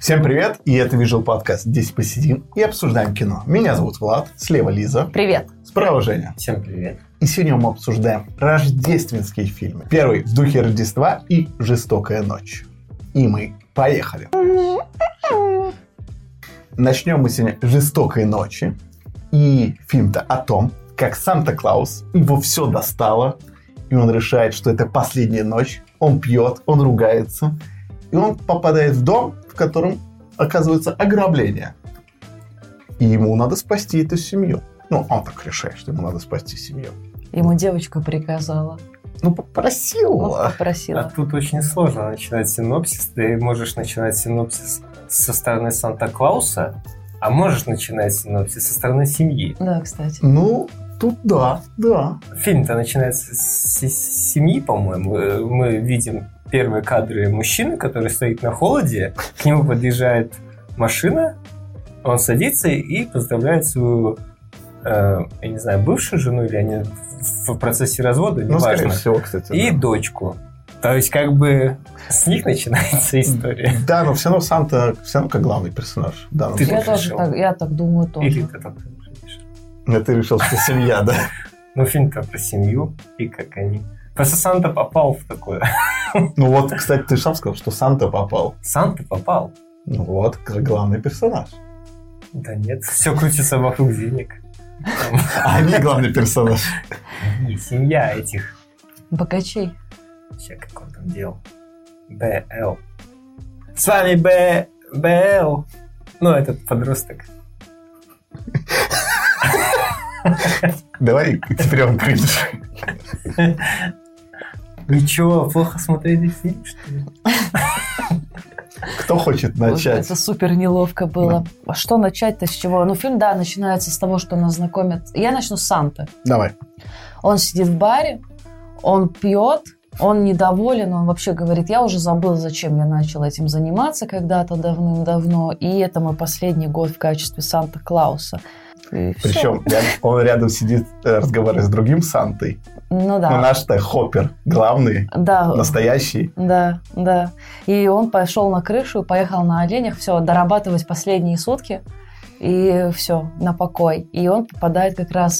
Всем привет, и это Visual Podcast. Здесь посидим и обсуждаем кино. Меня зовут Влад, слева Лиза. Привет. Справа Женя. Всем привет. И сегодня мы обсуждаем рождественские фильмы. Первый в духе Рождества и «Жестокая ночь». И мы поехали. Начнем мы сегодня с «Жестокой ночи». И фильм-то о том, как Санта-Клаус, его все достало, и он решает, что это последняя ночь. Он пьет, он ругается, и он попадает в дом, в котором оказывается ограбление. И ему надо спасти эту семью. Ну, он так решает, что ему надо спасти семью. Ему девочка приказала. Попросила. Попросила. А тут очень сложно начинать синопсис. Ты можешь начинать синопсис со стороны Санта-Клауса, а можешь начинать синопсис со стороны семьи. Да, кстати. Ну, тут да. Фильм-то начинается с семьи, по-моему. Мы видим первые кадры мужчины, который стоит на холоде. К нему подъезжает машина, он садится и поздравляет свою, я не знаю, бывшую жену, или они в процессе развода, Ну, скорее неважно. всего, кстати. И да. дочку. То есть, как бы, с них начинается история. Да, но все равно Санта как главный персонаж. Да, Ты Я так тоже решил? я так думаю тоже. Или ты так решил? ты решил, что семья, да? Ну, фильм-то про семью, и как они... Просто Санта попал в такое. Ну вот, кстати, ты же сам сказал, что Санта попал. Санта попал? Ну вот, главный персонаж. Да нет, все крутится вокруг денег. А они главный персонаж. И семья этих... Богачей. Сейчас как он там делал? БЛ. С вами БЛ. Ну, этот подросток. Давай теперь он кринж. Ничего, плохо смотрели фильм, что ли? Кто хочет начать? Это супер неловко было. А что начать-то с чего? Ну, фильм, да, начинается с того, что нас знакомят. Я начну с Санты. Давай. Он сидит в баре, он пьет, он недоволен, он вообще говорит, я уже забыл, зачем я начал этим заниматься когда-то давным-давно, и это мой последний год в качестве Санта-Клауса. И Причем он рядом сидит, разговаривает с другим Сантой. Ну да. Ну, наш-то Хоппер, главный, Да. настоящий. Да. И он пошел на крышу, поехал на оленях, все, дорабатывать последние сутки, и все, на покой. И он попадает как раз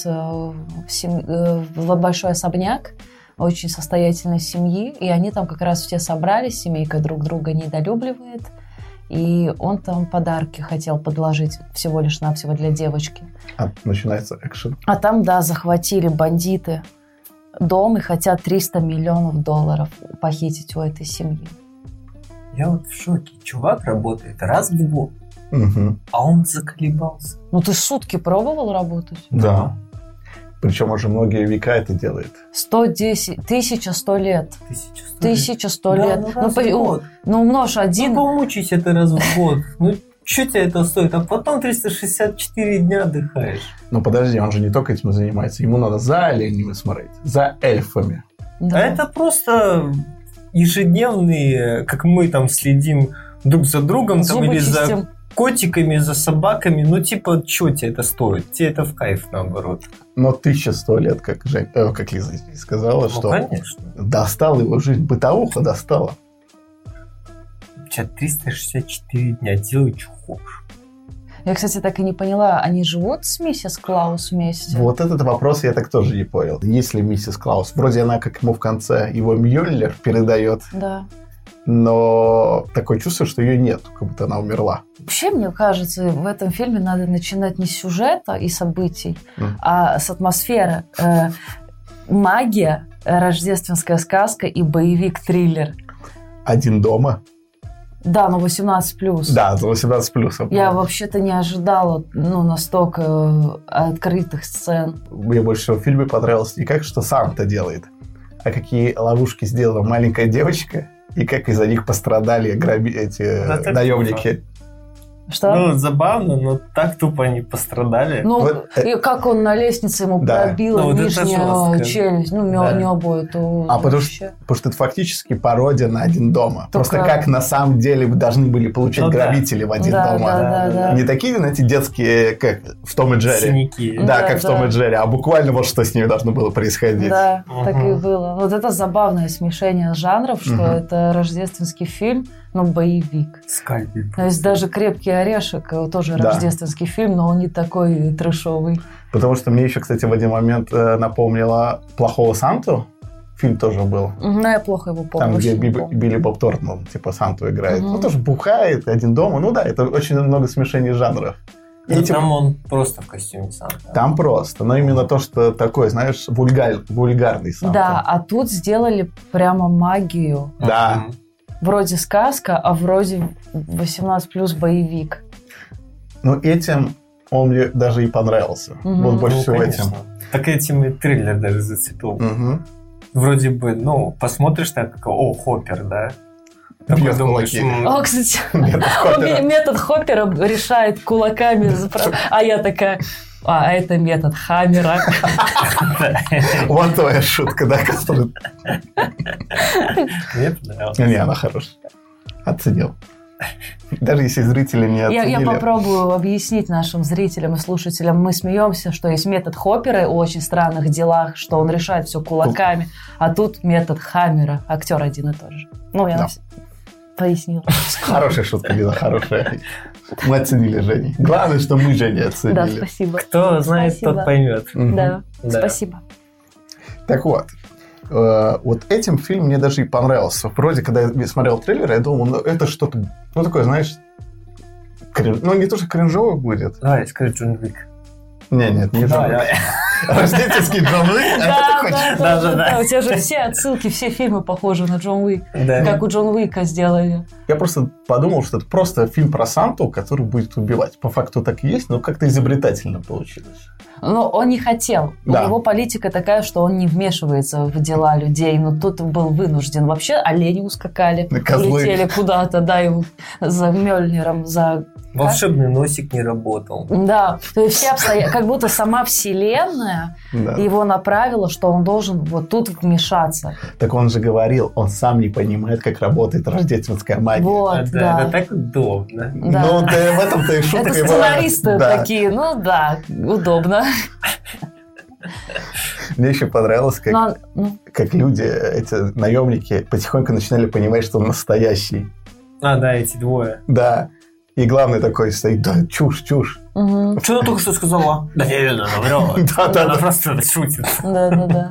в большой особняк очень состоятельной семьи, и они там как раз все собрались, семейка друг друга недолюбливает, и он там подарки хотел подложить всего лишь навсего для девочки. А начинается экшен. А там, да, захватили бандиты дом и хотят $300 миллионов похитить у этой семьи. Я вот в шоке. Чувак работает раз в год, Угу. а он заколебался. Ну, ты сутки пробовал работать? Да. Причем уже многие века это делает. 1100 лет. 1100 Да, лет. ну раз в год. Ну, умножь один. Ну, помучись это раз в год. Ну, что тебе это стоит? А потом 364 дня отдыхаешь. Но подожди, он же не только этим занимается. Ему надо за оленями смотреть, за эльфами. Да. А это просто ежедневные, как мы там следим друг за другом, там, Зубы или за чистим. котиками, за собаками. Ну, типа, что тебе это стоит? Тебе это в кайф, наоборот. Но 1100 лет, как Лиза сказала, Ну, что конечно. достала его жизнь. Бытовуха достала. У тебя 364 дня, делай, что хочешь. Я, кстати, так и не поняла, они живут с миссис Клаус вместе? Вот этот вопрос я так тоже не понял. Есть ли миссис Клаус? Вроде она, как ему в конце, его Мьёльнир передает, Да. но такое чувство, что ее нет, как будто она умерла. Вообще, мне кажется, в этом фильме надо начинать не с сюжета и событий, а с атмосферы. Магия, рождественская сказка и боевик-триллер. «Один дома». Да, но 18+. Да, за 18+. Я вообще-то не ожидала настолько открытых сцен. Мне больше всего в фильме понравилось не как, что Санта делает, а какие ловушки сделала маленькая девочка, и как из-за них пострадали эти наемники. Что? Ну, забавно, но так тупо они пострадали. Ну, Вот, и как он на лестнице ему да. пробило Ну, вот это нижнюю жестко. челюсть, ну, Да. небо, это Потому вообще... что это фактически пародия на «Один дома». Только- Просто как на самом деле должны были получить Ну да. грабители в «Один Да, дома». да. Не такие, знаете, детские, как в «Том и Джерри». Синяки. Да, Да, как в да. «Том и Джерри», а буквально вот что с ними должно было происходить. Да, так и Мгм. было. Вот это забавное смешение жанров, что Мгм. это рождественский фильм, боевик. Скальпель. То есть даже «Крепкий орешек» тоже Да. рождественский фильм, но он не такой трэшовый. Потому что мне еще, кстати, в один момент напомнило «Плохого Санту». Фильм тоже был. Ну, я плохо его помню. Там, где очень не помню. Билли Боб Тортон, типа, Санту играет. Мгм. Ну, тоже бухает, один дома. Ну да, это очень много смешений жанров. И, Ну, типа, там он просто в костюме Санта. там просто. Но именно то, что такое, знаешь, вульгарный Санта. Да, а тут сделали прямо магию. Да. Мгм. Вроде сказка, а вроде 18+ боевик. Ну, этим он мне даже и понравился. Мгм. Вот больше Ну, всего конечно. этим. Так этим и трейлер даже зацепил. Мгм. Вроде бы, посмотришь так, Хоппер, да? Такой Бьет думаешь, кулаки. О, кстати, Метод Хоппера. метод Хоппера решает кулаками. А я такая, это метод Хаммера. Вот твоя шутка, да, которую... Мне понравилось. Не, она хорошая. Оценил. Даже если зрители не Я оценили. попробую объяснить нашим зрителям и слушателям. Мы смеемся, что есть метод Хоппера о очень странных делах, что он решает все кулаками, а тут метод Хаммера. Актер один и тот же. Ну, я Да. пояснила. Хорошая шутка, Лиза, хорошая. Мы оценили Женю. Главное, что мы Женю Да, оценили. спасибо. Кто знает, Спасибо. тот поймет. Мгм. Да, Да. спасибо. Так вот. Вот этим фильм мне даже и понравился. Вроде, когда я смотрел трейлер, я думал, это что-то, такое, знаешь, не то, что кринжовое будет. Давай, скажи Джон Уик. Нет, не Давай, Джон Уик. давай. Рождественский Джон Уик, а это ты хочешь? Да. У тебя же все отсылки, все фильмы похожи на Джон Уик. Да. Как у Джон Уика сделали. Я просто подумал, что это просто фильм про Санту, который будет убивать. По факту так и есть, но как-то изобретательно получилось. Но он не хотел. Да. У него политика такая, что он не вмешивается в дела людей. Но тут был вынужден. Вообще олени ускакали, Козлы. улетели куда-то, да, и за Мёльниром, за... Волшебный носик не работал. Да, то есть все как будто сама вселенная Да. его направила, что он должен вот тут вмешаться. Так он же говорил, он сам не понимает, как работает рождественская магия. Вот, Это да. так удобно. Да. Ну, да, в этом-то и шутка. Это его. сценаристы Да. такие, удобно. Мне еще понравилось, как, как люди, эти наемники, потихоньку начинали понимать, что он настоящий. Да, эти двое. Да. И главный такой стоит, да, чушь. Мгм. Что она только что сказала? Да, она врет. Да. Она просто шутит. Да.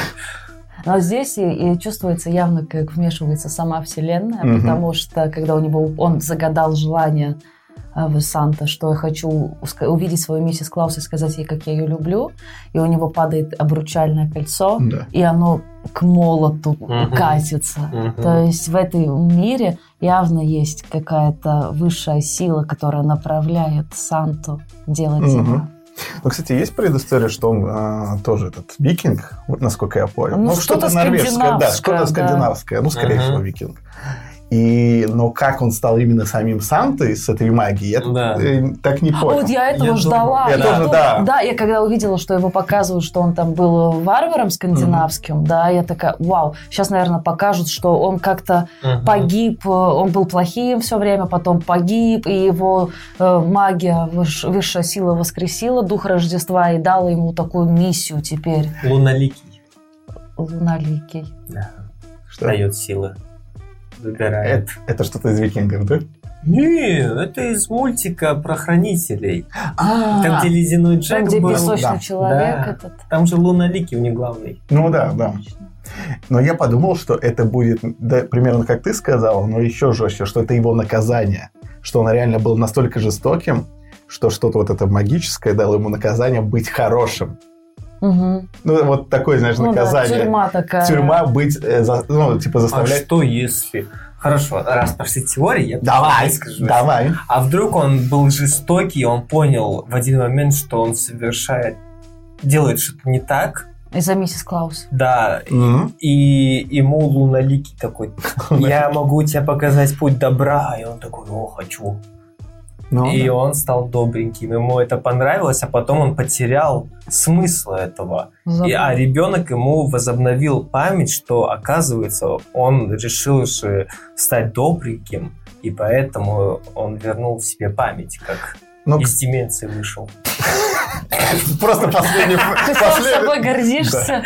Но здесь и чувствуется явно, как вмешивается сама Вселенная, Мгм. потому что, когда он загадал желание в Санта, что я хочу увидеть свою миссис Клаус и сказать ей, как я ее люблю, и у него падает обручальное кольцо, Да. и оно к молоту Мгм. катится. Мгм. То есть в этом мире явно есть какая-то высшая сила, которая направляет Санту делать Мгм. дела. Ну, кстати, есть предыстория, что он тоже этот викинг, вот насколько я понял. Ну, что-то норвежское, да, скандинавское, что-то да. скандинавское, ну, скорее Ага. всего, викинг. Но как он стал именно самим Сантой с этой магией, я Да. так не понял. Вот я этого Я ждала. думаю, я тоже, да. Да, я когда увидела, что его показывают, что он там был варваром скандинавским, да, я такая, вау, сейчас, наверное, покажут, что он как-то Мгм. погиб, он был плохим все время, потом погиб, и его магия, высшая сила воскресила дух Рождества и дала ему такую миссию теперь. Луналикий. Луналикий. Да. Что? Дает силы. Забирает. Это что-то из викингов, да? Не, это из мультика про хранителей. Там, А, где ледяной Джек Там, где был. песочный да. человек Да. этот. Там же Луналикий у них главный. ну да. Но я подумал, что это будет, да, примерно как ты сказал, но еще жестче, что это его наказание. Что он реально был настолько жестоким, что что-то вот это магическое дало ему наказание быть хорошим. Угу. Ну, вот такое, знаешь, Ну да, наказание. тюрьма такая. Тюрьма быть, А заставлять... что если... Хорошо, раз пошли теории, я Давай, скажу. давай. А вдруг он был жестокий, он понял в один момент, что он делает что-то не так, Из-за миссис Клаус. да, Мгм. и ему Луналикий такой, я могу тебе показать путь добра, и он такой, хочу. Ну, И да. он стал добреньким, ему это понравилось, а потом он потерял смысл этого. А ребенок ему возобновил память, что, оказывается, он решил же стать добреньким, и поэтому он вернул себе память, как Но... Из деменции вышел. Просто последний... Ты сам собой гордишься.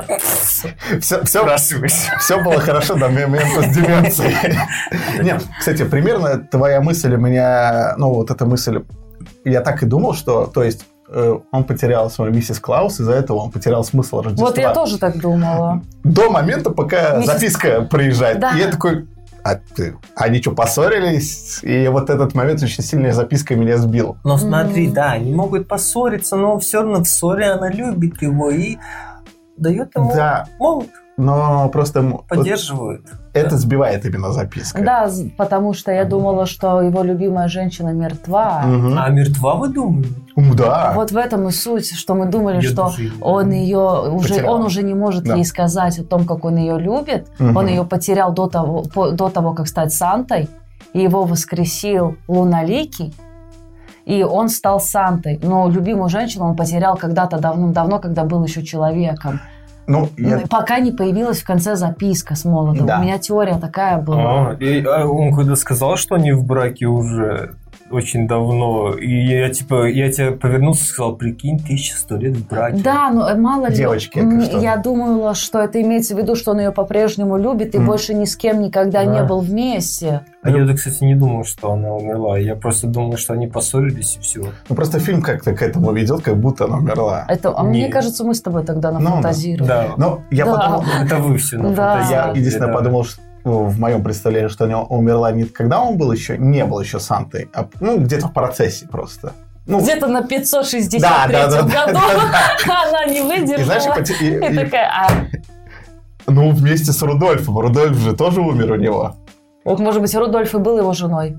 Все было хорошо до момента с деменцией. Нет, кстати, примерно твоя мысль у меня... Ну, вот эта мысль... Я так и думал, что... То есть, он потерял свою миссис Клаус, из-за этого он потерял смысл Рождества. Вот я тоже так думала. До момента, пока записка приезжает. Да. И я такой... Они что, поссорились? И вот этот момент очень сильная записка меня сбил. Но смотри, да, они могут поссориться, но все равно в ссоре она любит его и дает ему молот. Но просто... Поддерживают. Это сбивает именно записка. Да, потому что я думала, что его любимая женщина мертва. Угу. А мертва, вы думаете? Да. Вот в этом и суть, что мы думали, что он уже не может ей сказать о том, как он ее любит. Угу. Он ее потерял до того, как стать Сантой. И его воскресил Луналикий. И он стал Сантой. Но любимую женщину он потерял когда-то давным-давно, когда был еще человеком. Пока не появилась в конце записка с молотом. Да. У меня теория такая была. Он когда сказал, что они в браке уже очень давно, и я тебе повернулся и сказал, прикинь, 1100 лет в браке. Да, но мало ли. Девочки, я думала, что это имеется в виду, что он ее по-прежнему любит и больше ни с кем никогда не был вместе. А я, кстати, не думал, что она умерла. Я просто думал, что они поссорились и все. Просто фильм как-то к этому ведет, как будто она умерла. Мне кажется, мы с тобой тогда нафантазировали. Да. Но я подумал... Это вы все нафантазировали. Я единственное подумал, что в моем представлении, что она умерла не когда он не был еще Сантой, а где-то в процессе просто. Где-то на 563-м году она не выдержала. И знаешь, и такая... вместе с Рудольфом. Рудольф же тоже умер у него. Вот, может быть, Рудольф и был его женой.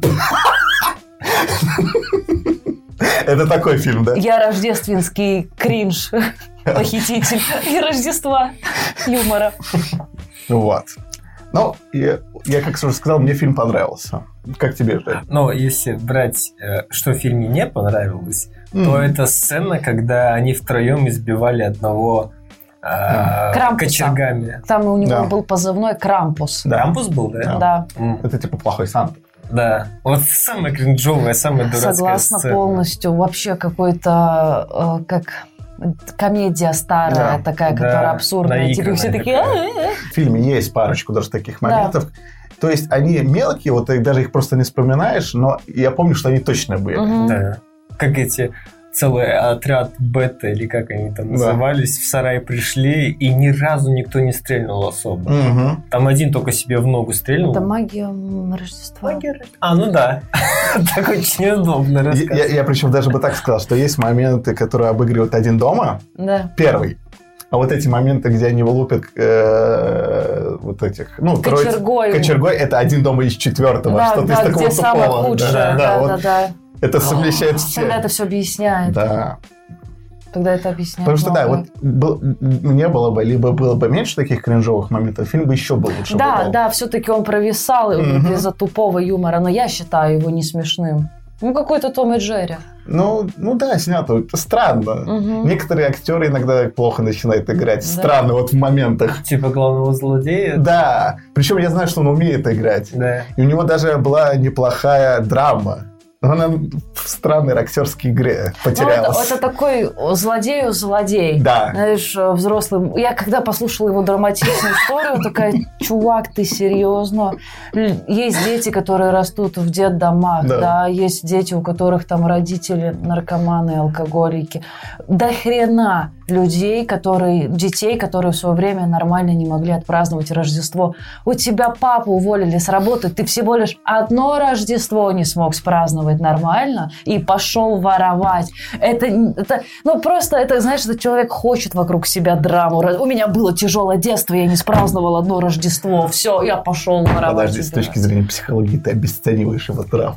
Это такой фильм, да? Я рождественский кринж, похититель и Рождества юмора. Вот. Ну, я как уже сказал, мне фильм понравился. Как тебе, Жень? Но если брать, что в фильме не понравилось, то это сцена, когда они втроем избивали одного кочергами. Там у него был позывной Крампус. Да. Крампус был, да? Да. Это типа плохой Санта. Да. Вот самая кринжовая, самая дурацкая Согласна сцена. Полностью. Вообще какой-то, как комедия старая такая, которая абсурдная. Типа все такие... В фильме есть парочку даже таких моментов. Да. То есть они мелкие, вот даже их просто не вспоминаешь, но я помню, что они точно были. Угу. Да. Как эти... Целый отряд бета, или как они там назывались, в сарай пришли, и ни разу никто не стрельнул особо. Угу. Там один только себе в ногу стрельнул. Это магия Рождества. Да. Так очень удобно рассказывать. Я причем даже бы так сказал, что есть моменты, которые обыгрывают «Один дома». Да. Первый. А вот эти моменты, где они лупят вот этих... Кочергой. Это «Один дома» из 4-го. Да, что-то из такого где самое худшее. Да. Это совмещает все. Тогда это все объясняет. Да. Тогда это объясняет. Потому что, не было бы, либо было бы меньше таких кринжовых моментов, фильм бы еще был лучше. Да, все-таки он провисал из-за тупого юмора, но я считаю его не смешным. Какой-то Том и Джерри. Да, снято. Странно. Некоторые актеры иногда плохо начинают играть. Странно, вот в моментах. Типа главного злодея? Да. Причем я знаю, что он умеет играть. Да. И у него даже была неплохая драма. Но она в странной актерской игре потерялась. Это такой злодей. Да. Знаешь, взрослый. Я когда послушала его драматичную историю, такая, чувак, ты серьезно? Есть дети, которые растут в детдомах, да, есть дети, у которых там родители наркоманы, алкоголики. До хрена детей, которые в свое время нормально не могли отпраздновать Рождество. У тебя папу уволили с работы, ты всего лишь одно Рождество не смог спраздновать нормально и пошел воровать. Знаешь, этот человек хочет вокруг себя драму. У меня было тяжелое детство, я не спраздновал одно Рождество. Все, я пошел воровать. Подожди, с точки зрения психологии ты обесцениваешь его травму.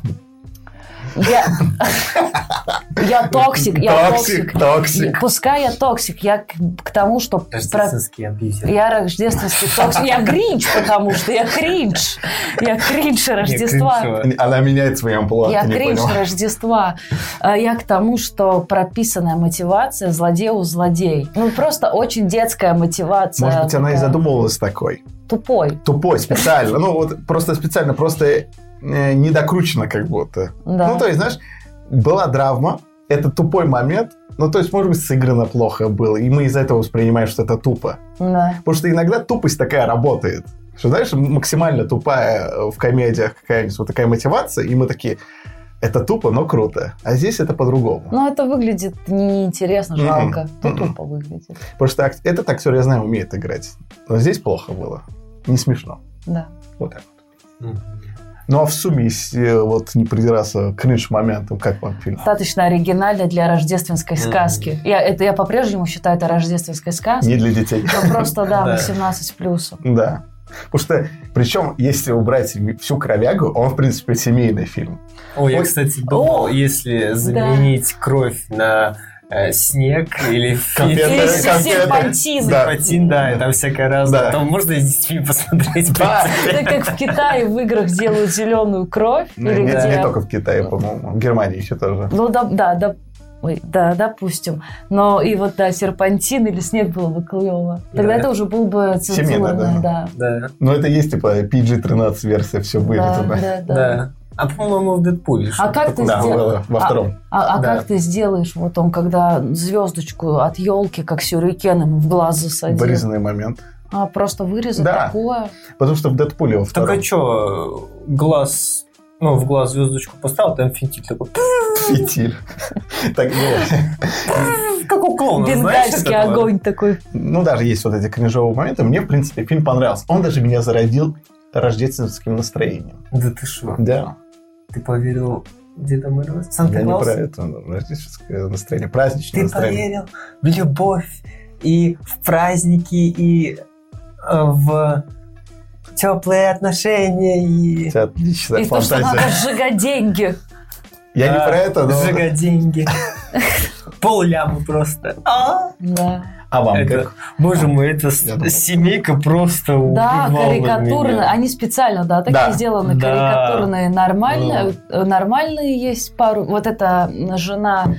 Я токсик. Токсик. Пускай я токсик. Я к тому, что... Рождественский абьюзер. Я рождественский токсик. Я гринч, потому что я кринж. Я кринж Рождества. Она меняет свои амплуа. Я кринж Рождества. Я к тому, что прописанная мотивация злодею злодей. Просто очень детская мотивация. Может быть, она и задумывалась такой. Тупой специально. Просто специально, просто недокручено как будто. Да. То есть, знаешь, была драма, это тупой момент, ну, то есть, может быть, сыграно плохо было, и мы из-за этого воспринимаем, что это тупо. Да. Потому что иногда тупость такая работает. Что, знаешь, максимально тупая в комедиях какая-нибудь вот такая мотивация, и мы такие, это тупо, но круто. А здесь это по-другому. Но это выглядит неинтересно, жалко. Тупо выглядит. Потому что этот актер, я знаю, умеет играть. Но здесь плохо было. Не смешно. Да. Вот так вот. Ну, а в сумме, если вот не придираться к кринж-моменту, как вам фильм? Достаточно оригинально для рождественской сказки. Я по-прежнему считаю это рождественской сказкой. Не для детей. Но просто, да, 18+. Да. Потому что, причем, если убрать всю кровягу, он, в принципе, семейный фильм. Ой, я, кстати, думал, если заменить кровь на снег или серпантин, да, и там всякое разное, то можно и с детьми посмотреть. Да. Это как в Китае в играх делают зеленую кровь. Не только в Китае, по-моему. В Германии еще тоже. Ну, да, допустим. Но и вот, да, серпантин или снег было бы клево. Тогда это уже был бы цензурный, да. Но это есть, типа, PG-13 версия, все вырезано. Да. А, по-моему, в Дэдпуле. А как ты сделаешь? Во втором. Как ты сделаешь, вот он, когда звездочку от елки, как сюрикен, ему в глаз засадил? Вырезанный момент. Просто вырезать такое? Потому что в Дэдпуле во втором. Так а что, глаз... Ну, в глаз звездочку поставил, там фитиль такой. Фитиль. Так, как у клоуна, бенгальский огонь такой. Ну, даже есть вот эти кринжовые моменты. Мне, в принципе, фильм понравился. Он даже меня зародил рождественским настроением. Да ты шо? Да. Ты поверил в Деда Мороза? Я не про это рождественское настроение, праздничное настроение. Ты поверил в любовь и в праздники, и в теплые отношения, и... Это отличная и в то, что надо сжигать деньги. Я не про это, но... Сжигать деньги. Пол-ляма просто. Да. А вам как? Боже мой, эта семейка просто убивала Да, карикатурные. Они специально, такие сделаны. Карикатурные, нормальные есть пару. Вот эта жена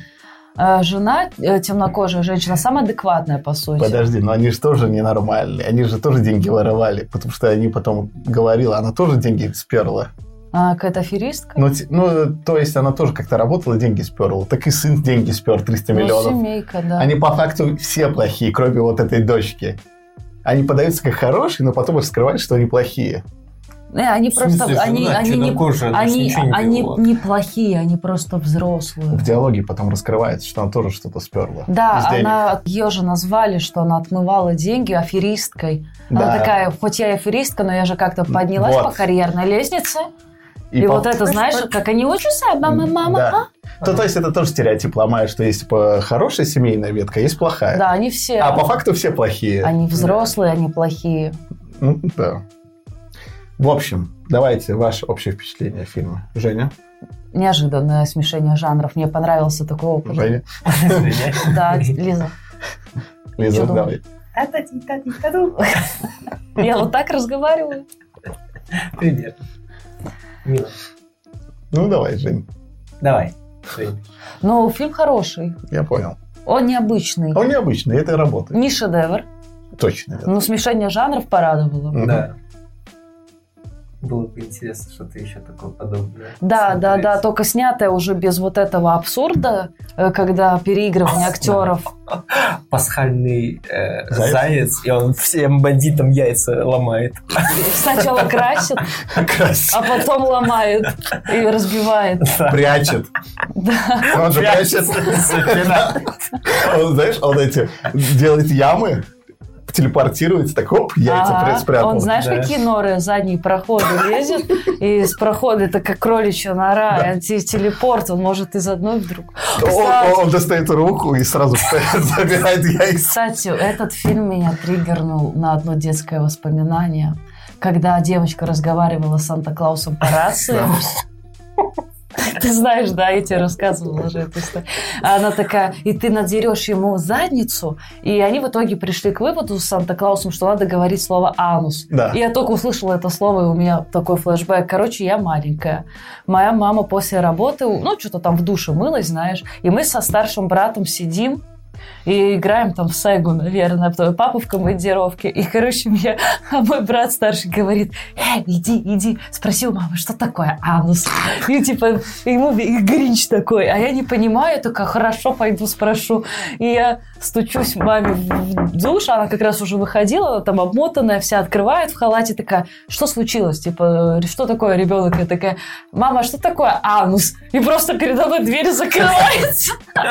темнокожая женщина, самая адекватная, по сути. Подожди, но они же тоже ненормальные. Они же тоже деньги воровали, потому что они потом говорила, она тоже деньги сперла. Какая-то аферистка? Ну, то есть она тоже как-то работала, деньги сперла. Так и сын деньги спер, 300 миллионов. Семейка, да. Они по факту все плохие, кроме вот этой дочки. Они подаются как хорошие, но потом раскрывают, что они плохие. Они просто... Они не плохие, они просто взрослые. В диалоге потом раскрывается, что она тоже что-то сперла. Да, ее же назвали, что она отмывала деньги аферисткой. Да. Она такая, хоть я и аферистка, но я же как-то поднялась по карьерной лестнице. И вот это, знаешь, как они учатся, мама. Да. То есть это тоже стереотип ломает, что есть хорошая семейная ветка, есть плохая. Да, они все. А по факту все плохие. Они взрослые, они плохие. Ну, да. В общем, давайте ваше общее впечатление о фильме. Женя? Неожиданное смешение жанров. Мне понравился такой опыт. Женя? Да, Лиза. Лиза, давай. Я вот так разговариваю. Привет. Мила. Ну, давай, Жень. Давай, Жень. Ну, фильм хороший. Я понял. Он необычный. Он необычный, это работает. Не шедевр. Точно. Но смешение жанров порадовало. Да. Было бы интересно, что-то еще такое подобное. Да, только снятое уже без вот этого абсурда, когда переигрывание актеров. Пасхальный заяц, и он всем бандитам яйца ломает. Сначала красит, а потом ломает и разбивает. Прячет. Да. Он же прячет. Он, знаешь, он делает ямы, телепортируется, так оп, яйца спрятал. Он, знаешь, какие норы задние проходы лезет, и из прохода это как кроличья нора, и телепорт, он может из одной вдруг. Он достает руку и сразу забирает яйца. Кстати, этот фильм меня триггернул на одно детское воспоминание, когда девочка разговаривала с Санта-Клаусом по рации. Ты знаешь, да, я тебе рассказывала уже эту историю. Она такая, и ты надерешь ему задницу, и они в итоге пришли к выводу с Санта-Клаусом, что надо говорить слово «анус». Да. И я только услышала это слово, и у меня такой флешбэк. Короче, я маленькая. Моя мама после работы, что-то там в душе мылась, знаешь, и мы со старшим братом сидим, И играем там в Сегу, наверное, папа в командировке. И, короче, мой брат старший говорит: иди, спроси у мамы, что такое анус. И типа ему Гринч такой. А я не понимаю, только хорошо, пойду спрошу. И я стучусь маме в душ, она как раз уже выходила, она там обмотанная, вся открывает в халате, такая: что случилось? Типа, что такое, ребенок? Я такая: мама, что такое анус? И просто передо мной дверь закрывается.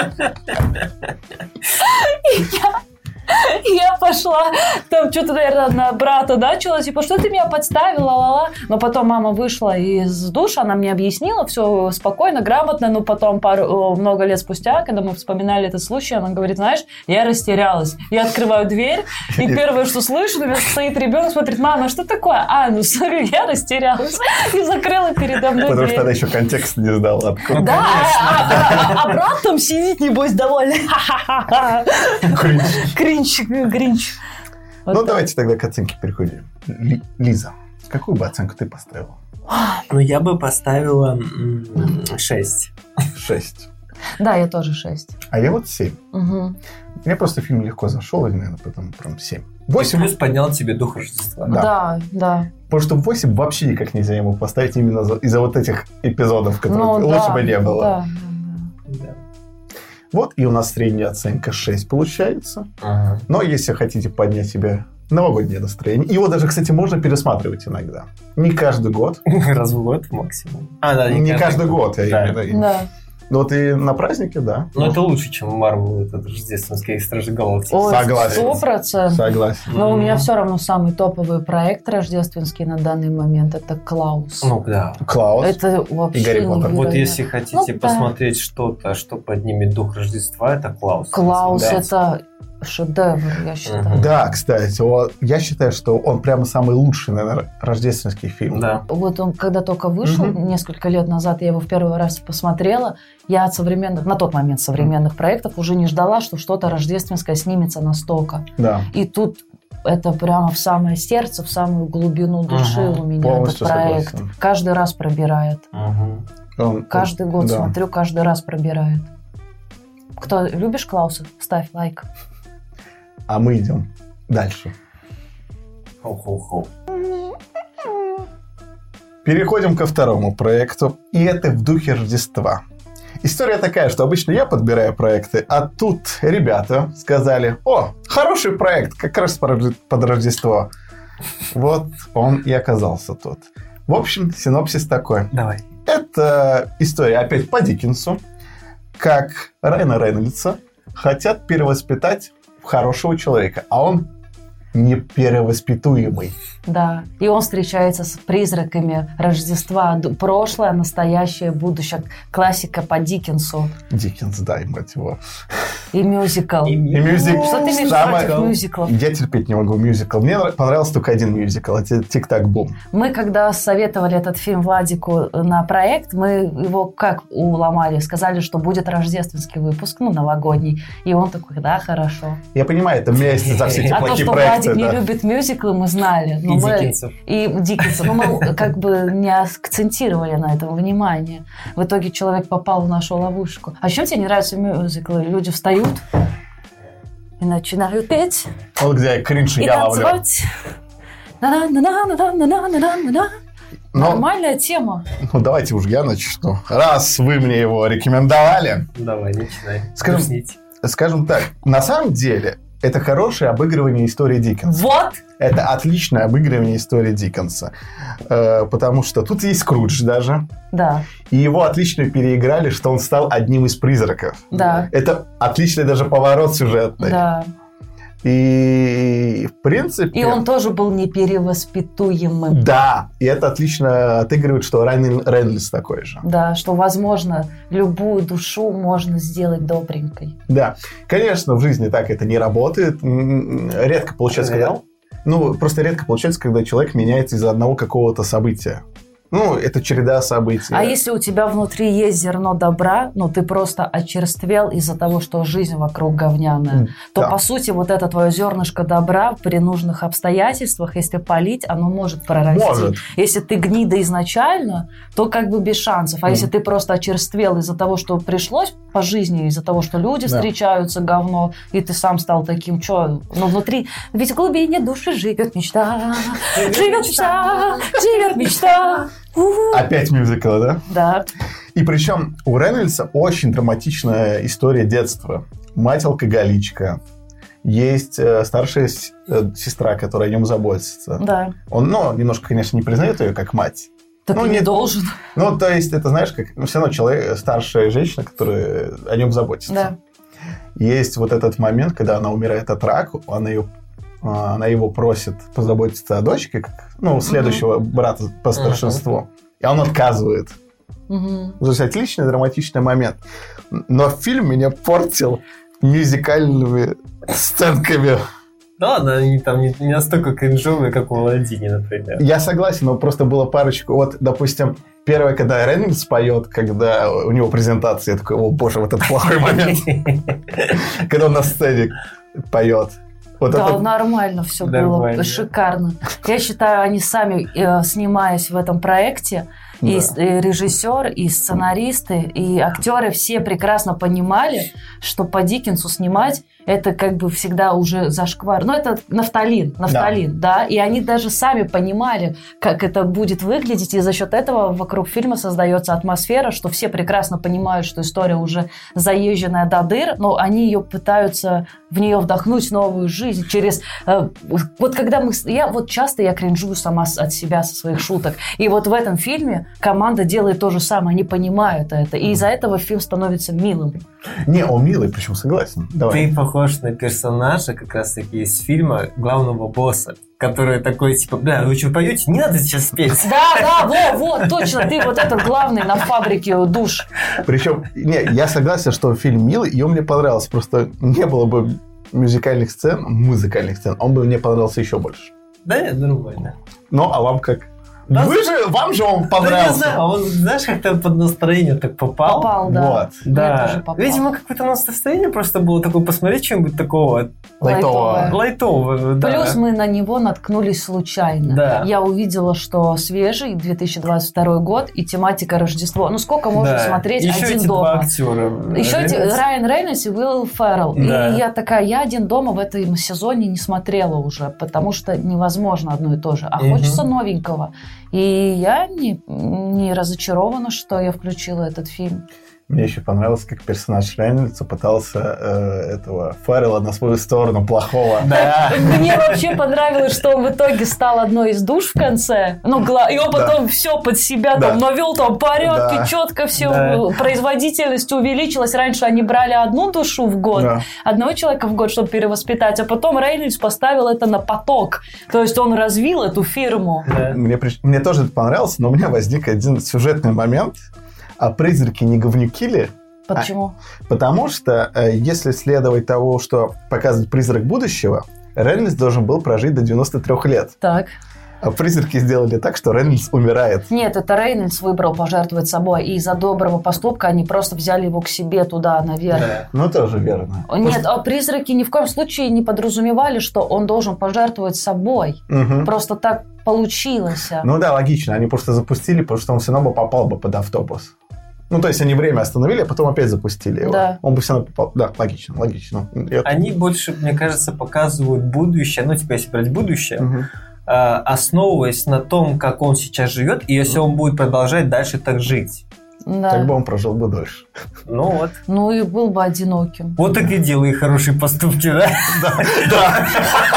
И я пошла, там что-то, наверное, на брата начала, типа, что ты меня подставила, ла-ла. Но потом мама вышла из душа, она мне объяснила все спокойно, грамотно, но потом много лет спустя, когда мы вспоминали этот случай, она говорит: знаешь, я растерялась. Я открываю дверь, и первое, что слышу, у меня стоит ребенок, смотрит: мама, что такое анус? Я растерялась и закрыла передо мной дверь. Потому что она еще контекст не сдала. Да, а брат там сидит, небось, довольный. Гринч. Ну, давайте тогда к оценке переходим. Лиза, какую бы оценку ты поставила? Ну, я бы поставила 6. 6. Да, я тоже 6. А я вот 7. Угу. Мне просто фильм легко зашел, и, наверное, поэтому прям 7. 8 плюс поднял тебе дух Рождества. Да. Потому что 8 вообще никак нельзя ему поставить именно из-за вот этих эпизодов, которые лучше бы не было. Да. Вот, и у нас средняя оценка 6 получается. Ага. Но если хотите поднять себе новогоднее настроение, его даже, кстати, можно пересматривать иногда. Не каждый год. Раз в год максимум. Да, не каждый год, я имею в виду. Да. Ну вот и на празднике, да. Но это лучше, чем Марвел, этот рождественский Стражи Галактики. Согласен. 100%. Согласен. Но у меня все равно самый топовый проект рождественский на данный момент — это «Клаус». Ну да. Клаус. Это вообще И Гарри Поттер. невероятно. Вот если хотите Ну, посмотреть что-то, что поднимет дух Рождества, это Клаус. «Клаус» — Да. это шедевр, я считаю. Да, кстати, я считаю, что он прямо самый лучший, наверное, рождественский фильм. Да. Вот он, когда только вышел, несколько лет назад, я его в первый раз посмотрела, я от на тот момент современных проектов уже не ждала, что что-то рождественское снимется настолько. Да. И тут это прямо в самое сердце, в самую глубину души у меня полностью этот проект. согласен. Каждый раз пробирает. Каждый год смотрю, каждый раз пробирает. Кто любишь Клауса? Ставь лайк. А мы идем дальше. Хоу-хоу-хоу. Переходим ко второму проекту. И это в духе Рождества. История такая, что обычно я подбираю проекты, а тут ребята сказали: о, хороший проект, как раз под Рождество. Вот он и оказался тут. В общем, синопсис такой. Давай. Это история опять по Диккенсу, как Райана Рейнольдса хотят перевоспитать в хорошего человека, а он не перевоспитуемый. Да. И он встречается с призраками Рождества. Прошлое, настоящее, будущее. Классика по Диккенсу. Диккенс, да, и мать его. И мюзикл. И мюзикл. Что ты имеешь Самое- против мюзиклов? Я терпеть не могу мюзикл. Мне понравился только один мюзикл. Это «Тик-так-бум». Мы, когда советовали этот фильм Владику на проект, мы его как уломали? Сказали, что будет рождественский выпуск, новогодний. И он такой: да, хорошо. Я понимаю, это месть за все эти А то, плохие что проекты. Владик не Да. любит мюзиклы, мы знали. И Диккенсов. И Диккенса. Но мы как бы не акцентировали на этом внимание. В итоге человек попал в нашу ловушку. А чем тебе не нравятся мюзиклы? Люди встают и начинают петь Вот где кринж и я ловлю. танцевать. На-на-на-на-на-на-на-на-на. Но, Нормальная тема. давайте уж я начну. Раз вы мне его рекомендовали, Давай, начинай. Скажем- Объясните. скажем так, на самом деле это хорошее обыгрывание истории Диккенса. Вот. Это отличное обыгрывание истории Диккенса. Потому что тут есть Скрудж даже. Да, И его отлично переиграли, что он стал одним из призраков. да, Это отличный даже поворот сюжетный. да. И в принципе... И он тоже был неперевоспитуемым. Да, и это отлично отыгрывает, что Райан Рейнольдс такой же. Да, что, возможно, любую душу можно сделать добренькой. Да, конечно, в жизни так это не работает. Редко получается, Реал? просто редко получается, когда человек меняется из-за одного какого-то события. Ну, это череда событий. А если у тебя внутри есть зерно добра, но ты просто очерствел из-за того, что жизнь вокруг говняная, то, Да. по сути, вот это твое зернышко добра при нужных обстоятельствах, если полить, оно может прорасти. Может. Если ты гнида изначально, то как бы без шансов. А если ты просто очерствел из-за того, что пришлось по жизни, из-за того, что люди Да. встречаются, говно, и ты сам стал таким, что, ну, внутри, ведь в глубине души живет мечта, живет мечта, живет мечта. У-у. Опять мюзикл, да? Да. И причем у Рейнольдса очень драматичная история детства. Мать алкоголичка. Есть старшая сестра, которая о нем заботится. Да. Он, немножко, конечно, не признает ее как мать. Так Ну, не нет. должен. Ну, то есть, это, знаешь, как... все равно человек, старшая женщина, которая о нем заботится. Да. Есть вот этот момент, когда она умирает от рака, она его просит позаботиться о дочке, следующего брата по старшинству. И он отказывает. Мгм. То есть, отличный драматичный момент. Но фильм меня портил мюзикальными сценками. Да ладно, они там не настолько кринжовые, как у Аладдини, например. Я согласен, но просто было парочку. Вот, допустим, первое, когда Рейнольдс поет, когда у него презентация, я такой, о боже, вот этот плохой момент. Когда он на сцене поет. Вот Да, это... нормально все было, Нормально. шикарно. Я считаю, они сами, снимаясь в этом проекте, и режиссер, и сценаристы, и актеры все прекрасно понимали, что по Диккенсу снимать это как бы всегда уже зашквар. Ну, это нафталин, да. И они даже сами понимали, как это будет выглядеть, и за счет этого вокруг фильма создается атмосфера, что все прекрасно понимают, что история уже заезженная до дыр, но они ее пытаются в нее вдохнуть новую жизнь через... Вот когда часто я кринжую сама от себя, со своих шуток. И вот в этом фильме команда делает то же самое, они понимают это. И из-за этого фильм становится милым. Не, он милый, причем согласен. Давай. Ты похож на персонажа как раз-таки из фильма главного босса, который такой, типа, бля, вы что, поете? Не надо сейчас петь. Да, вот, точно, ты вот этот главный на фабрике душ. Причем, я согласен, что фильм милый, и он мне понравился. Просто не было бы музыкальных сцен, он бы мне понравился еще больше. Да, нет, нормально. Ну, а вам как? Да, Вам же он Да, не понравился. знаю, он, знаешь, как-то под настроение так попал. Попал, да. Вот. Я Да. тоже попала. Видимо, какое-то настроение просто было такое, посмотреть что-нибудь такого Лайтового. лайтового. Да. Плюс мы на него наткнулись случайно. Да. Я увидела, что свежий 2022 год и тематика Рождество. Ну, сколько можно Да. смотреть Еще один эти дома? два актера. Еще Райан Рейнольдс и Уилл Феррелл. Да. И я такая, я один дома в этом сезоне не смотрела уже, потому что невозможно одно и то же. А хочется новенького. И я не разочарована, что я включила этот фильм. Мне еще понравилось, как персонаж Рейнольдса пытался этого Фаррелла на свою сторону плохого. Да. Мне вообще понравилось, что он в итоге стал одной из душ в конце. И он потом все под себя там навел, там порядки, четко все, производительность увеличилась. Раньше они брали одну душу в год, одного человека в год, чтобы перевоспитать, а потом Рейнольдс поставил это на поток. То есть он развил эту фирму. Да. Мне тоже это понравилось, но у меня возник один сюжетный момент. А призраки не говнюки ли? Почему? Потому что, если следовать того, что показывает призрак будущего, Рейнольдс должен был прожить до 93 лет. Так. А призраки сделали так, что Рейнольдс умирает. Нет, это Рейнольдс выбрал пожертвовать собой, и из-за доброго поступка они просто взяли его к себе туда, наверх. Да. Ну, тоже верно. Нет, а призраки ни в коем случае не подразумевали, что он должен пожертвовать собой. Мгм. Просто так получилось. Ну да, логично. Они просто запустили, потому что он все равно бы попал бы под автобус. Ну, то есть они время остановили, а потом опять запустили его. Да. Он бы все равно попал. Да, логично. Они больше, мне кажется, показывают будущее, ну, типа, если брать будущее, Мгм. основываясь на том, как он сейчас живет, и если он будет продолжать дальше так жить. Да. Так бы он прожил бы дольше. Ну вот. Ну и был бы одиноким. Вот так и делай хорошие поступки, да? Да.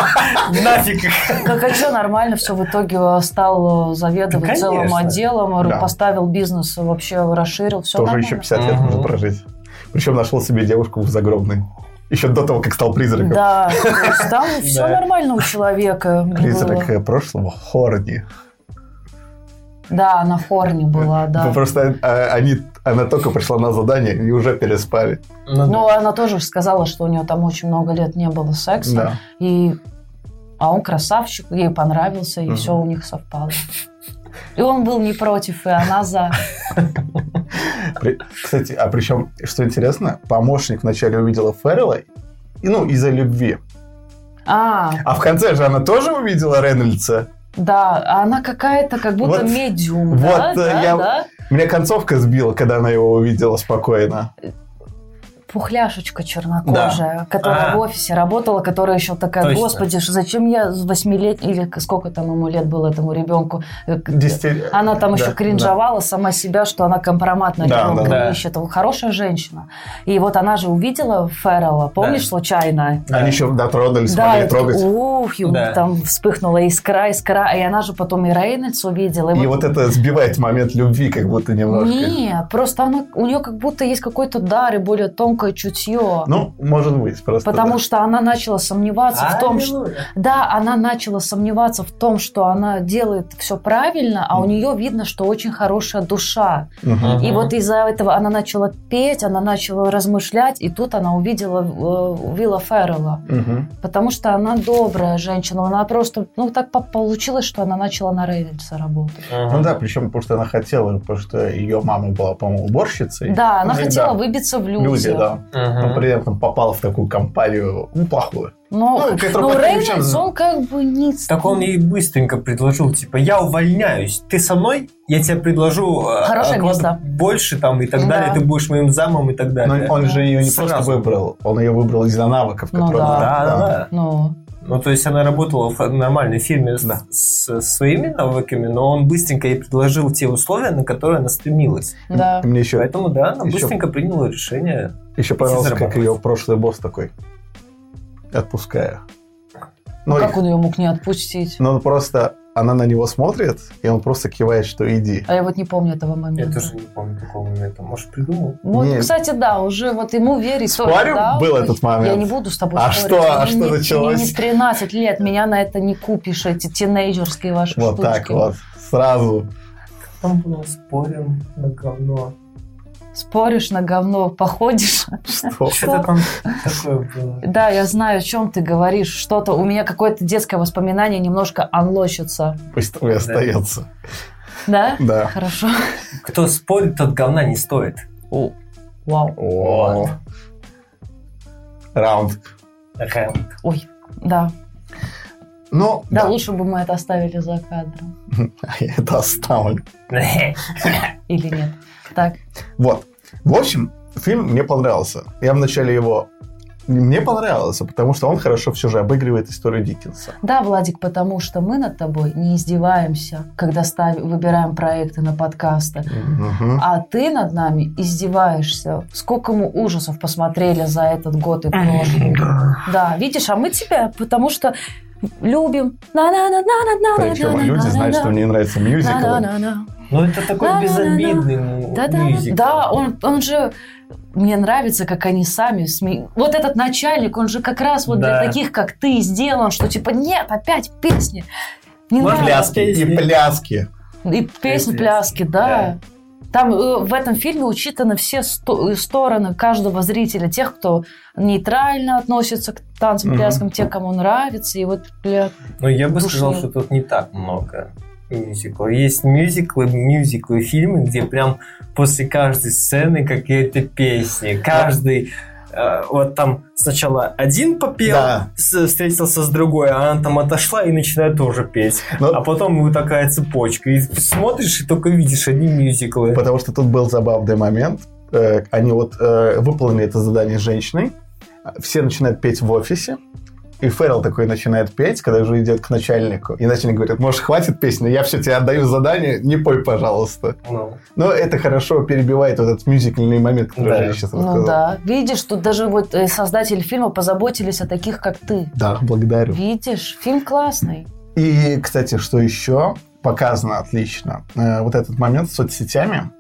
Нафиг их. Так а что, нормально все в итоге стал заведовать Да, целым конечно. отделом, Да. поставил бизнес, вообще расширил, все Тоже нормально. еще 50 лет можно прожить. Причем нашел себе девушку в загробной. Еще до того, как стал призраком. Да, то есть там все Да. нормально у человека было. Призрак прошлого Хорни. Да, на Хорне была, да. Просто она только пришла на задание и уже переспали. Но она тоже сказала, что у нее там очень много лет не было секса. Да. А он красавчик, ей понравился, и все у них совпало. И он был не против, и она за. Кстати, а причем, что интересно, помощник вначале увидела Феррелла, из-за любви. А в конце же она тоже увидела Рейнольдса. Да, а она какая-то как будто медиум. Меня концовка сбила, когда она его увидела спокойно. Пухляшечка чернокожая, которая в офисе работала, которая еще такая, точно. Господи, зачем я 8-летней, или сколько там ему лет было этому ребенку, она там еще кринжовала сама себя, что она компромат на ребенка ищет. Хорошая женщина. И вот она же увидела Феррелла, помнишь, случайно? Они еще дотронулись, смогли трогать. Там вспыхнула искра, и она же потом и Рейнольдс увидела. И вот это сбивает момент любви как будто немножко. Нет, просто у нее как будто есть какой-то дар и более тонкое чутье. Может быть, просто. Потому что она начала сомневаться в том, что... Да, она начала сомневаться в том, что она делает все правильно, а у нее видно, что очень хорошая душа. И вот из-за этого она начала петь, она начала размышлять, и тут она увидела Уилла Феррелла. Потому что она добрая женщина. Она просто... так получилось, что она начала на Рейнольдса работать. Причем потому что она хотела, потому что ее мама была, по-моему, уборщицей. Да, она хотела выбиться в люди. Но при этом попала в такую компанию плохую. Рейнольдс, он как бы не... Так он ей быстренько предложил, я увольняюсь, ты со мной, я тебе предложу больше там и так далее, ты будешь моим замом и так далее. Но он же ее не просто выбрал, он ее выбрал из-за навыков, которые... То есть она работала в нормальной фирме с своими навыками, но он быстренько ей предложил те условия, на которые она стремилась. Да. Поэтому, она быстренько приняла решение. Еще понравилось, как ее прошлый босс такой, отпуская. Как он ее мог не отпустить? Просто она на него смотрит, и он просто кивает, что иди. А я не помню этого момента. Я тоже не помню такого момента. Может, придумал? Кстати, уже ему верить. Спорю, был этот момент. Я не буду с тобой спорить. А что началось? Мне 13 лет, меня на это не купишь, эти тинейджерские ваши штучки. Вот так вот, сразу. Там было спорим на говно. Споришь на говно, походишь. Что там такое было? Да, я знаю, о чем ты говоришь. Что-то у меня какое-то детское воспоминание немножко анлочится. Пусть твой остается. Да? Да. Хорошо. Кто спорит, тот говна не стоит. Вау. Раунд. Ой, да. Да, лучше бы мы это оставили за кадром. Я это оставлю. Или нет. Так. Вот. В общем, фильм мне понравился. Я вначале его... Мне понравился, потому что он хорошо все же обыгрывает историю Диккенса. Да, Владик, потому что мы над тобой не издеваемся, когда выбираем проекты на подкасты. А ты над нами издеваешься. Сколько мы ужасов посмотрели за этот год и прошлый. Да, видишь, а мы тебя, потому что любим. Причем люди знают, что мне нравятся мюзиклы. Это такой безобидный мюзикл. Да, он же... Мне нравится, как они сами смеются. Вот этот начальник, он же как раз для таких, как ты, сделан, что нет, опять песни. Пляски. И пляски. И песни, пляски, да. Там в этом фильме учитаны все стороны каждого зрителя. Тех, кто нейтрально относится к танцам, пляскам, тех, кому нравится. И я бы сказал, что тут не так много мюзиклов. Есть мюзиклы, фильмы, где прям после каждой сцены какие-то песни. Каждый... Вот там сначала один попел, встретился с другой, а она там отошла и начинает тоже петь. А потом вот такая цепочка. И смотришь, и только видишь одни мюзиклы. Потому что тут был забавный момент. Они выполнили это задание с женщиной. Все начинают петь в офисе. И Феррелл такой начинает петь, когда уже идет к начальнику. И начальник говорит: может, хватит песни? Я все тебе отдаю задание, не пой, пожалуйста. Но это хорошо перебивает вот этот мюзикльный момент, который я сейчас рассказал. Да. Видишь, тут даже создатели фильма позаботились о таких, как ты. Да, благодарю. Видишь, фильм классный. И, кстати, что еще показано отлично. Вот этот момент с соцсетями,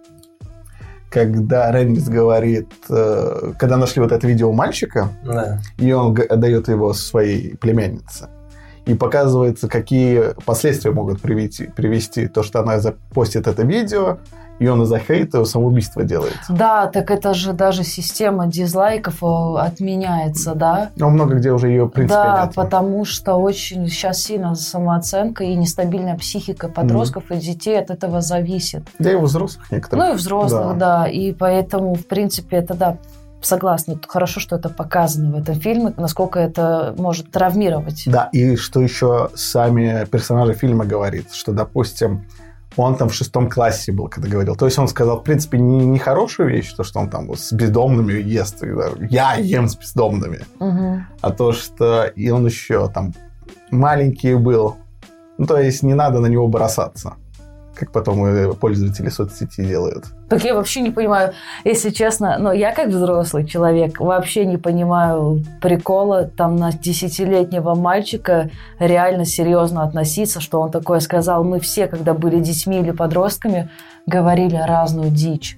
когда Рейнольдс говорит, когда нашли вот это видео мальчика, и он дает его своей племяннице. и показывается, какие последствия могут привести то, что она запостит это видео, и он из-за хейта самоубийство делает. Да, так это же даже система дизлайков отменяется, да? Но много где уже ее, в принципе, да, нет. потому что очень сейчас сильно самооценка и нестабильная психика подростков и детей от этого зависит. Да и у взрослых некоторых. Ну и взрослых, да. И поэтому, в принципе, это, да, согласна. Хорошо, что это показано в этом фильме, насколько это может травмировать. Да, и что еще сами персонажи фильма говорит, что, допустим, он там в 6 классе был, когда говорил. То есть он сказал, в принципе, не хорошую вещь, то, что он там с бездомными ест. Я ем с бездомными. Угу. А то, что и он еще там маленький был. Ну, то есть не надо на него бросаться. Как потом и пользователи соцсети делают. Так я вообще не понимаю, если честно, но я как взрослый человек вообще не понимаю прикола там на 10-летнего мальчика реально серьезно относиться, что он такое сказал. Мы все, когда были детьми или подростками, говорили разную дичь.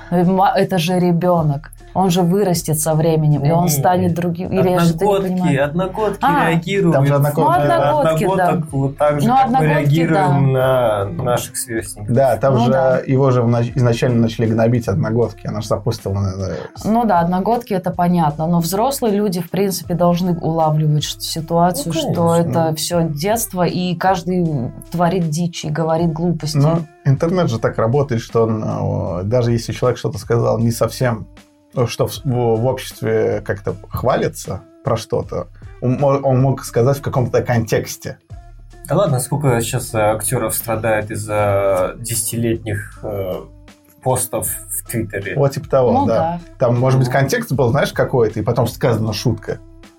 Это же ребенок. Он же вырастет со временем, и он станет другим. Или Одногодки реагируют. Там же одногодки, да. Вот так же, как мы реагируем на наших сверстников. Да, там его же изначально начали гнобить одногодки. Она же запустила, наверное... Ну да, одногодки, это понятно. Но взрослые люди, в принципе, должны улавливать ситуацию, что это все детство, и каждый творит дичь и говорит глупости. Но интернет же так работает, что он, даже если человек что-то сказал не совсем... что в обществе как-то хвалится про что-то, он мог сказать в каком-то контексте. Да ладно, сколько сейчас актеров страдает из-за 10-летних постов в Твиттере. Вот типа того, да. Там, может быть, контекст был, знаешь, какой-то, и потом сказана шутка.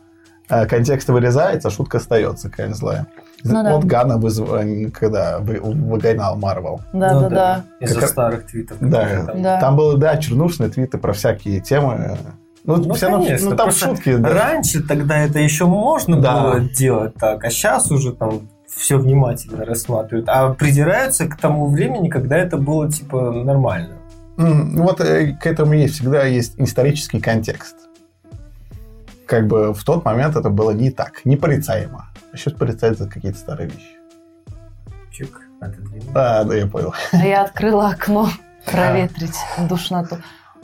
Контекст вырезается, шутка остается какая-нибудь злая. Вот Ганна когда выгонял Марвел. Да. Из-за старых твитов. Да. Там были, чернушные твиты про всякие темы. Конечно. Там шутки. Да. Раньше тогда это еще можно было делать так, а сейчас уже там все внимательно рассматривают. А придираются к тому времени, когда это было типа нормально. Вот к этому всегда есть исторический контекст. Как бы в тот момент это было не так, непорицаемо. А сейчас порицают за какие-то старые вещи. Чик, отодвинул. Да, я понял. Я открыла окно проветрить душноту.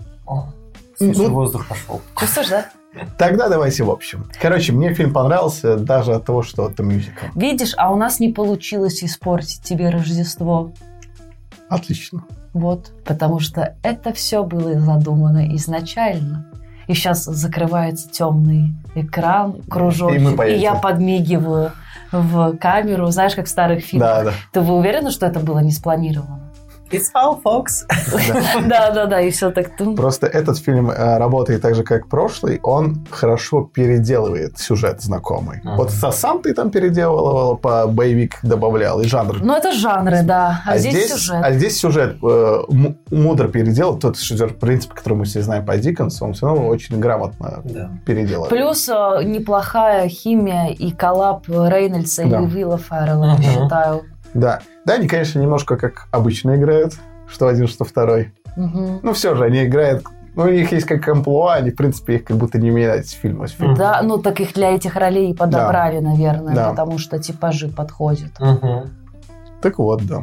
Свежий воздух пошел. Чувствуешь, да? Тогда давайте в общем. Короче, мне фильм понравился даже от того, что это мюзикл. Видишь, а у нас не получилось испортить тебе Рождество. Отлично. Вот, потому что это все было задумано изначально. И сейчас закрывается темный экран, кружочек, и я подмигиваю в камеру, знаешь, как в старых фильмах. Да. Ты вы уверены, что это было не спланировано? It's all, folks. Да, и все так. Просто этот фильм работает так же, как прошлый. Он хорошо переделывает сюжет знакомый. Вот со Сантой там переделывал, по боевик добавлял, и жанр. Ну, это жанры, да. А здесь сюжет. А здесь сюжет мудро переделал. Тот сюжет, в принципе, который мы все знаем по Диккенсу, он все равно очень грамотно переделал. Плюс неплохая химия и коллаб Рейнольдса и Уилла Феррелла, я считаю. Да, они, конечно, немножко как обычно играют, что один, что второй. Ну, все же, они играют... Ну, у них есть как амплуа, они, в принципе, их как будто не меняют с фильма. Да, ну, так их для этих ролей подобрали, наверное, потому что типажи подходят. Так вот, да.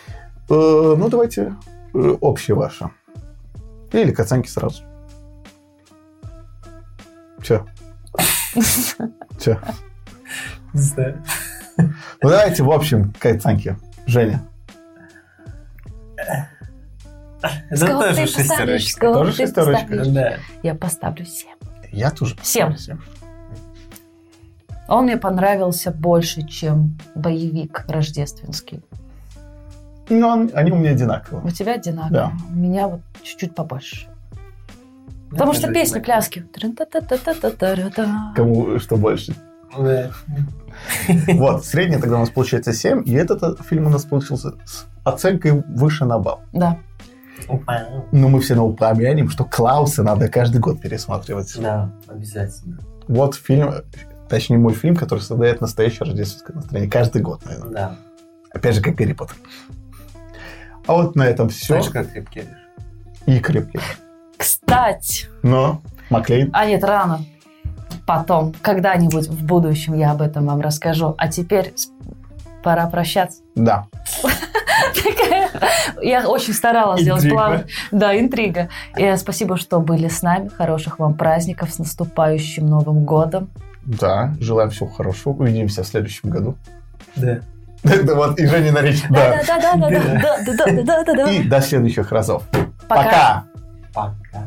Ну, давайте общее ваше. Или к оценке сразу. Че? Не знаю. Ну, давайте, в общем, к оценке. Женя. Это тоже шестерочка. Тоже шестерочка? Да. Я поставлю 7. Я тоже поставлю 7. Он мне понравился больше, чем боевик рождественский. Ну, они у меня одинаковые. У тебя одинаковые. Да. У меня вот чуть-чуть побольше. Потому что песни, пляски. Кому что больше? Да. Вот, средний тогда у нас получается 7, и этот фильм у нас получился с оценкой выше на балл. Да. Но мы все упомянем, что Клауса надо каждый год пересматривать. Да, обязательно. Вот фильм, точнее мультфильм, который создает настоящее рождественское настроение каждый год, наверное. Да. Опять же, как Гарри Поттер. А вот на этом все. Знаешь, как крепкий орешек. И крепкий. Кстати. Но Маклейн. А нет, рано. потом, когда-нибудь в будущем я об этом вам расскажу. А теперь пора прощаться. Да. Я очень старалась сделать Интрига. план. Да, интрига. И спасибо, что были с нами. Хороших вам праздников, с наступающим Новым годом. Да, желаем всего хорошего. Увидимся в следующем году. Да. Это вот и Женя наречит. Да. Да. И до следующих разов. Пока. Пока. Пока.